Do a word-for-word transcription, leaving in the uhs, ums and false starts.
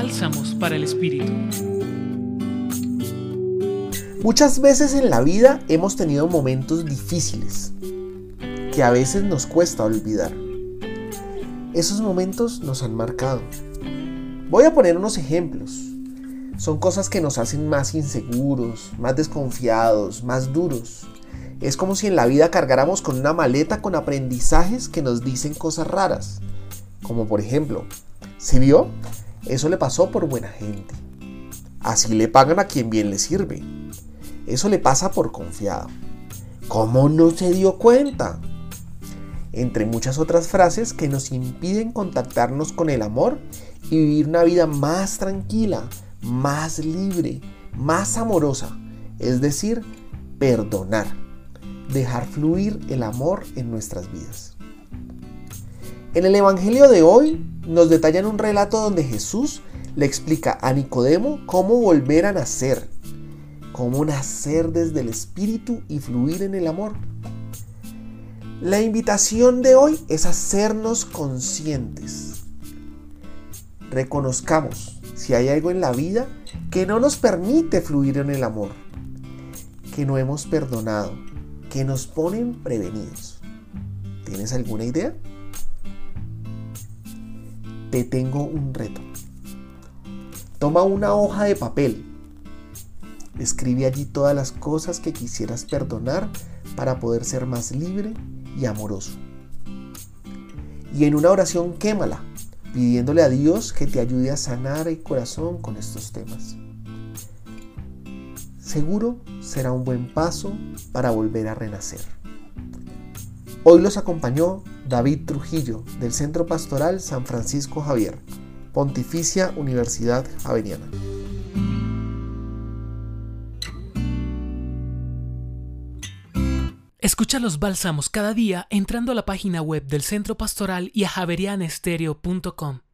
Bálsamos para el Espíritu. Muchas veces en la vida hemos tenido momentos difíciles que a veces nos cuesta olvidar. Esos momentos nos han marcado. Voy a poner unos ejemplos. Son cosas que nos hacen más inseguros, más desconfiados, más duros. Es como si en la vida cargáramos con una maleta con aprendizajes que nos dicen cosas raras. Como por ejemplo, ¿sí vio? Eso le pasó por buena gente. Así le pagan a quien bien le sirve. Eso le pasa por confiado. ¿Cómo no se dio cuenta? Entre muchas otras frases que nos impiden contactarnos con el amor y vivir una vida más tranquila, más libre, más amorosa. Es decir, perdonar. Dejar fluir el amor en nuestras vidas. En el Evangelio de hoy nos detallan un relato donde Jesús le explica a Nicodemo cómo volver a nacer, cómo nacer desde el Espíritu y fluir en el amor. La invitación de hoy es hacernos conscientes. Reconozcamos si hay algo en la vida que no nos permite fluir en el amor, que no hemos perdonado, que nos ponen prevenidos. ¿Tienes alguna idea? Te tengo un reto. Toma una hoja de papel. Escribe allí todas las cosas que quisieras perdonar para poder ser más libre y amoroso. Y en una oración quémala, pidiéndole a Dios que te ayude a sanar el corazón con estos temas. Seguro será un buen paso para volver a renacer. Hoy los acompañó David Trujillo del Centro Pastoral San Francisco Javier, Pontificia Universidad Javeriana. Escucha los bálsamos cada día entrando a la página web del Centro Pastoral y a javerianestereo punto com.